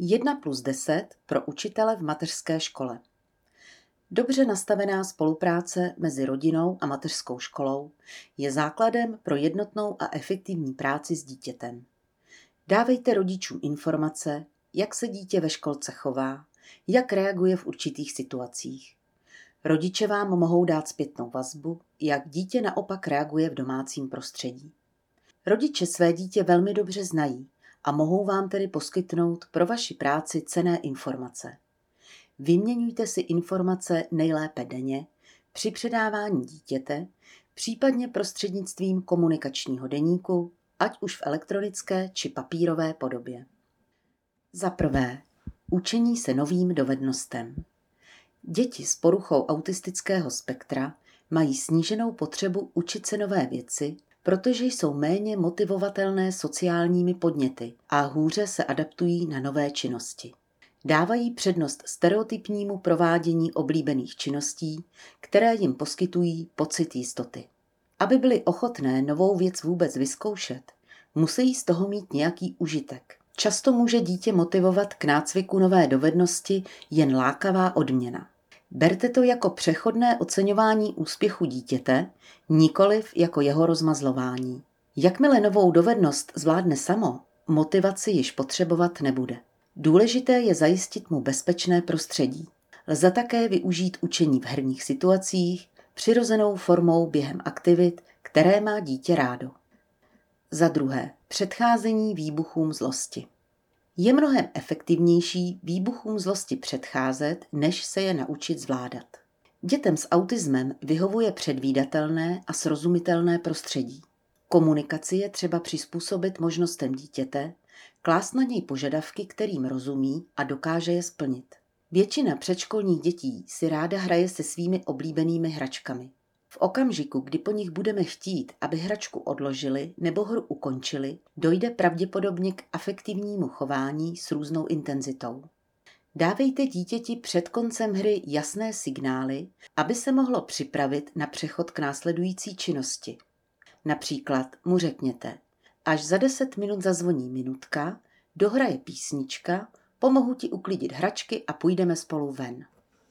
1+10 pro učitele v mateřské škole. Dobře nastavená spolupráce mezi rodinou a mateřskou školou je základem pro jednotnou a efektivní práci s dítětem. Dávejte rodičům informace, jak se dítě ve školce chová, jak reaguje v určitých situacích. Rodiče vám mohou dát zpětnou vazbu, jak dítě naopak reaguje v domácím prostředí. Rodiče své dítě velmi dobře znají a mohou vám tedy poskytnout pro vaši práci cenné informace. Vyměňujte si informace nejlépe denně při předávání dítěte, případně prostřednictvím komunikačního deníku, ať už v elektronické či papírové podobě. Za prvé, učení se novým dovednostem. Děti s poruchou autistického spektra mají sníženou potřebu učit se nové věci, protože jsou méně motivovatelné sociálními podněty a hůře se adaptují na nové činnosti. Dávají přednost stereotypnímu provádění oblíbených činností, které jim poskytují pocit jistoty. Aby byly ochotné novou věc vůbec vyzkoušet, musí z toho mít nějaký užitek. Často může dítě motivovat k nácviku nové dovednosti jen lákavá odměna. Berte to jako přechodné oceňování úspěchu dítěte, nikoliv jako jeho rozmazlování. Jakmile novou dovednost zvládne samo, motivaci již potřebovat nebude. Důležité je zajistit mu bezpečné prostředí. Lze také využít učení v herních situacích, přirozenou formou během aktivit, které má dítě rádo. Za druhé, předcházení výbuchům zlosti. Je mnohem efektivnější výbuchům zlosti předcházet, než se je naučit zvládat. Dětem s autismem vyhovuje předvídatelné a srozumitelné prostředí. Komunikaci je třeba přizpůsobit možnostem dítěte, klást na něj požadavky, kterým rozumí a dokáže je splnit. Většina předškolních dětí si ráda hraje se svými oblíbenými hračkami. V okamžiku, kdy po nich budeme chtít, aby hračku odložili nebo hru ukončili, dojde pravděpodobně k afektivnímu chování s různou intenzitou. Dávejte dítěti před koncem hry jasné signály, aby se mohlo připravit na přechod k následující činnosti. Například mu řekněte: až za 10 minut zazvoní minutka, dohraje písnička, pomohu ti uklidit hračky a půjdeme spolu ven.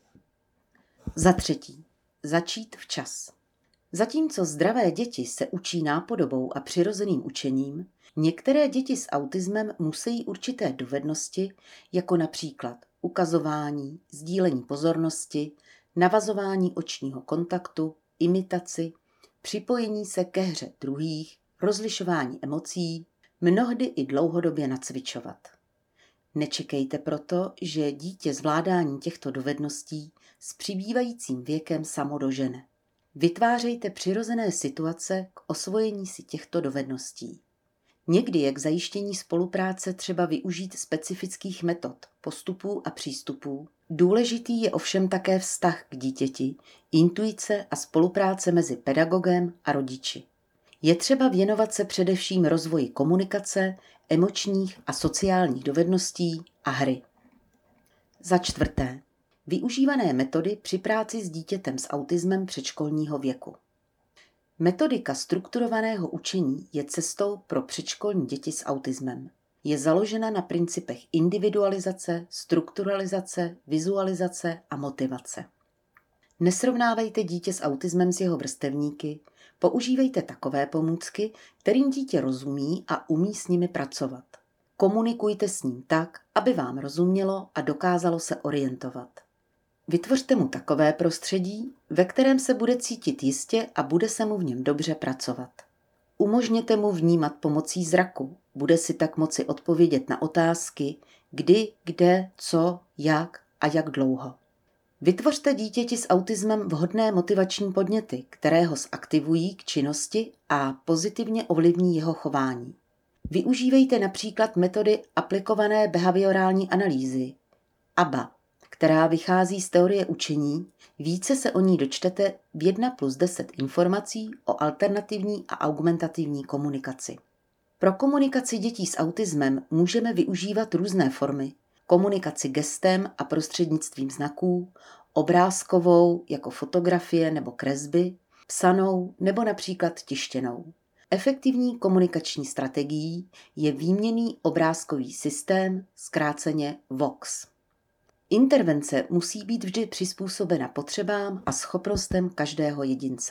Za třetí, začít včas. Zatímco zdravé děti se učí nápodobou a přirozeným učením, některé děti s autismem musí určité dovednosti, jako například ukazování, sdílení pozornosti, navazování očního kontaktu, imitaci, připojení se ke hře druhých, rozlišování emocí, mnohdy i dlouhodobě nacvičovat. Nečekejte proto, že dítě zvládání těchto dovedností s přibývajícím věkem samo dožene. Vytvářejte přirozené situace k osvojení si těchto dovedností. Někdy je k zajištění spolupráce třeba využít specifických metod, postupů a přístupů. Důležitý je ovšem také vztah k dítěti, intuice a spolupráce mezi pedagogem a rodiči. Je třeba věnovat se především rozvoji komunikace, emočních a sociálních dovedností a hry. Za čtvrté, využívané metody při práci s dítětem s autismem předškolního věku. Metodika strukturovaného učení je cestou pro předškolní děti s autismem. Je založena na principech individualizace, strukturalizace, vizualizace a motivace. Nesrovnávejte dítě s autismem s jeho vrstevníky, používejte takové pomůcky, kterým dítě rozumí a umí s nimi pracovat. Komunikujte s ním tak, aby vám rozumělo a dokázalo se orientovat. Vytvořte mu takové prostředí, ve kterém se bude cítit jistě a bude se mu v něm dobře pracovat. Umožněte mu vnímat pomocí zraku, bude si tak moci odpovědět na otázky kdy, kde, co, jak a jak dlouho. Vytvořte dítěti s autismem vhodné motivační podněty, které ho zaktivují k činnosti a pozitivně ovlivní jeho chování. Využívejte například metody aplikované behaviorální analýzy, ABA, která vychází z teorie učení. Více se o ní dočtete v 1+10 informací o alternativní a augmentativní komunikaci. Pro komunikaci dětí s autismem můžeme využívat různé formy: komunikaci gestem a prostřednictvím znaků, obrázkovou jako fotografie nebo kresby, psanou nebo například tištěnou. Efektivní komunikační strategií je výměnný obrázkový systém, zkráceně VOX. Intervence musí být vždy přizpůsobena potřebám a schopnostem každého jedince.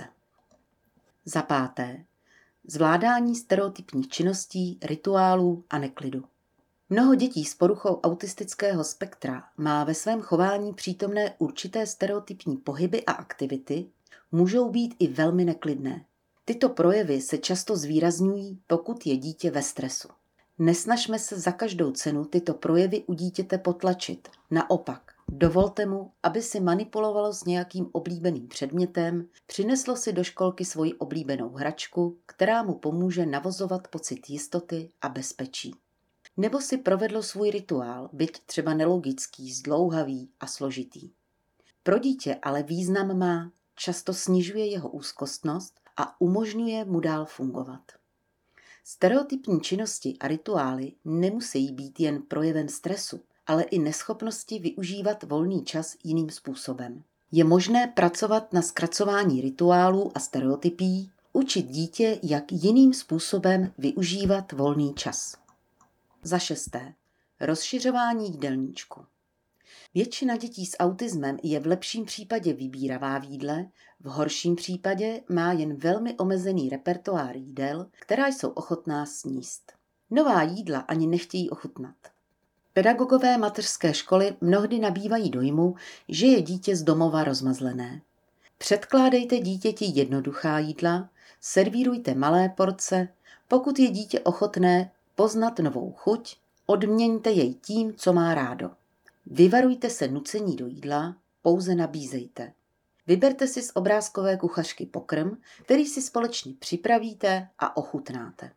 Za páté. Zvládání stereotypních činností, rituálů a neklidu. Mnoho dětí s poruchou autistického spektra má ve svém chování přítomné určité stereotypní pohyby a aktivity, můžou být i velmi neklidné. Tyto projevy se často zvýrazňují, pokud je dítě ve stresu. Nesnažme se za každou cenu tyto projevy u dítěte potlačit. Naopak, dovolte mu, aby si manipulovalo s nějakým oblíbeným předmětem, přineslo si do školky svoji oblíbenou hračku, která mu pomůže navozovat pocit jistoty a bezpečí. Nebo si provedlo svůj rituál, byť třeba nelogický, zdlouhavý a složitý. Pro dítě ale význam má, často snižuje jeho úzkostnost a umožňuje mu dál fungovat. Stereotypní činnosti a rituály nemusí být jen projevem stresu, ale i neschopnosti využívat volný čas jiným způsobem. Je možné pracovat na zkracování rituálů a stereotypií, učit dítě, jak jiným způsobem využívat volný čas. Za šesté. Rozšiřování jídelníčku. Většina dětí s autismem je v lepším případě vybíravá v jídle, v horším případě má jen velmi omezený repertoár jídel, která jsou ochotná sníst. Nová jídla ani nechtějí ochutnat. Pedagogové mateřské školy mnohdy nabývají dojmu, že je dítě z domova rozmazlené. Předkládejte dítěti jednoduchá jídla, servírujte malé porce, pokud je dítě ochotné poznat novou chuť, odměňte jej tím, co má rádo. Vyvarujte se nucení do jídla, pouze nabízejte. Vyberte si z obrázkové kuchařky pokrm, který si společně připravíte a ochutnáte.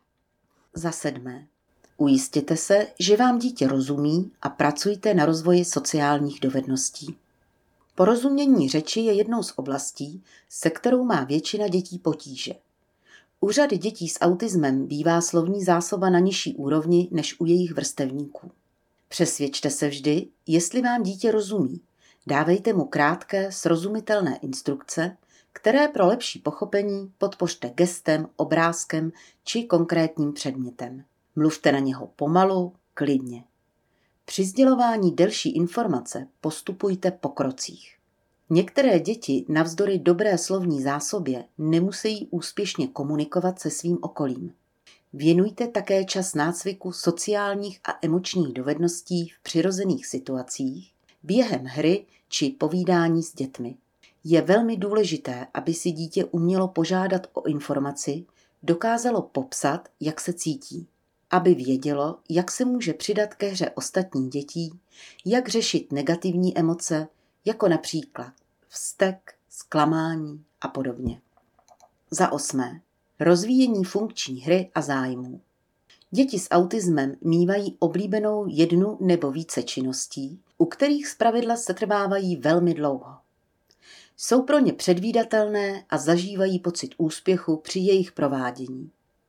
Za sedmé. Ujistěte se, že vám dítě rozumí a pracujte na rozvoji sociálních dovedností. Porozumění řeči je jednou z oblastí, se kterou má většina dětí potíže. U řady dětí s autismem bývá slovní zásoba na nižší úrovni než u jejich vrstevníků. Přesvědčte se vždy, jestli vám dítě rozumí. Dávejte mu krátké, srozumitelné instrukce, které pro lepší pochopení podpořte gestem, obrázkem či konkrétním předmětem. Mluvte na něho pomalu, klidně. Při sdělování delší informace postupujte po krocích. Některé děti navzdory dobré slovní zásobě nemusí úspěšně komunikovat se svým okolím. Věnujte také čas nácviku sociálních a emočních dovedností v přirozených situacích, během hry či povídání s dětmi. Je velmi důležité, aby si dítě umělo požádat o informaci, dokázalo popsat, jak se cítí, aby vědělo, jak se může přidat ke hře ostatních dětí, jak řešit negativní emoce, jako například vztek, zklamání a podobně. Za osmé. Rozvíjení funkční hry a zájmů. Děti s autismem mívají oblíbenou jednu nebo více činností, u kterých zpravidla setrvávají velmi dlouho. Jsou pro ně předvídatelné a zažívají pocit úspěchu při jejich provádění.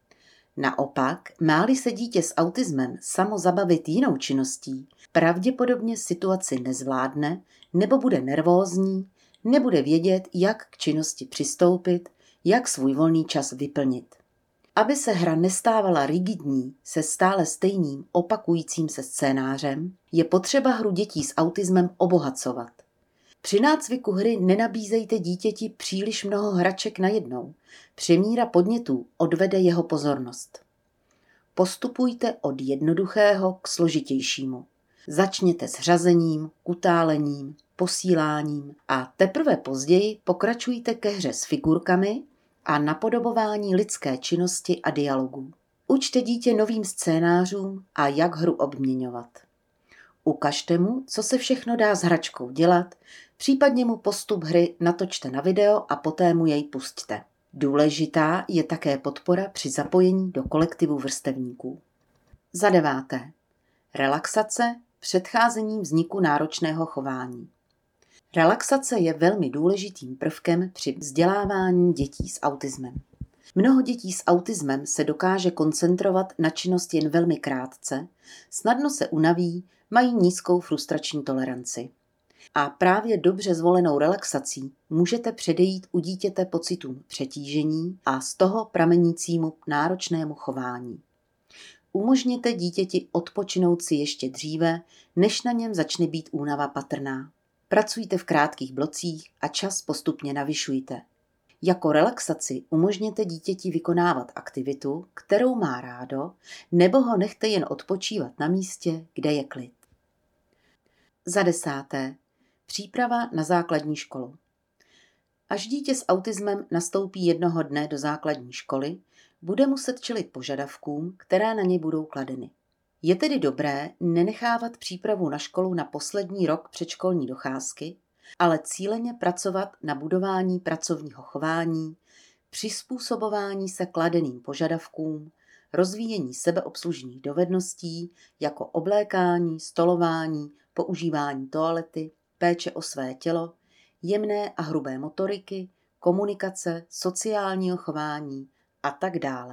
Naopak, má-li se dítě s autismem samo zabavit jinou činností, pravděpodobně situaci nezvládne nebo bude nervózní, nebude vědět, jak k činnosti přistoupit, jak svůj volný čas vyplnit. Aby se hra nestávala rigidní se stále stejným opakujícím se scénářem, je potřeba hru dětí s autismem obohacovat. Při nácviku hry nenabízejte dítěti příliš mnoho hraček najednou. Přemíra podnětů odvede jeho pozornost. Postupujte od jednoduchého k složitějšímu. Začněte s řazením, kutálením, posíláním a teprve později pokračujte ke hře s figurkami a napodobování lidské činnosti a dialogů. Učte dítě novým scénářům a jak hru obměňovat. Ukažte mu, co se všechno dá s hračkou dělat, případně mu postup hry natočte na video a poté mu jej pusťte. Důležitá je také podpora při zapojení do kolektivu vrstevníků. Za deváté. Relaxace, předcházení vzniku náročného chování. Relaxace je velmi důležitým prvkem při vzdělávání dětí s autismem. Mnoho dětí s autismem se dokáže koncentrovat na činnost jen velmi krátce, snadno se unaví, mají nízkou frustrační toleranci. A právě dobře zvolenou relaxací můžete předejít u dítěte pocitům přetížení a z toho pramenícímu náročnému chování. Umožněte dítěti odpočinout si ještě dříve, než na něm začne být únava patrná. Pracujte v krátkých blocích a čas postupně navyšujte. Jako relaxaci umožněte dítěti vykonávat aktivitu, kterou má rádo, nebo ho nechte jen odpočívat na místě, kde je klid. Za 10. Příprava na základní školu. Až dítě s autismem nastoupí jednoho dne do základní školy, bude muset čelit požadavkům, které na něj budou kladeny. Je tedy dobré nenechávat přípravu na školu na poslední rok předškolní docházky, ale cíleně pracovat na budování pracovního chování, přizpůsobování se kladeným požadavkům, rozvíjení sebeobslužných dovedností jako oblékání, stolování, používání toalety, péče o své tělo, jemné a hrubé motoriky, komunikace, sociálního chování a tak dále.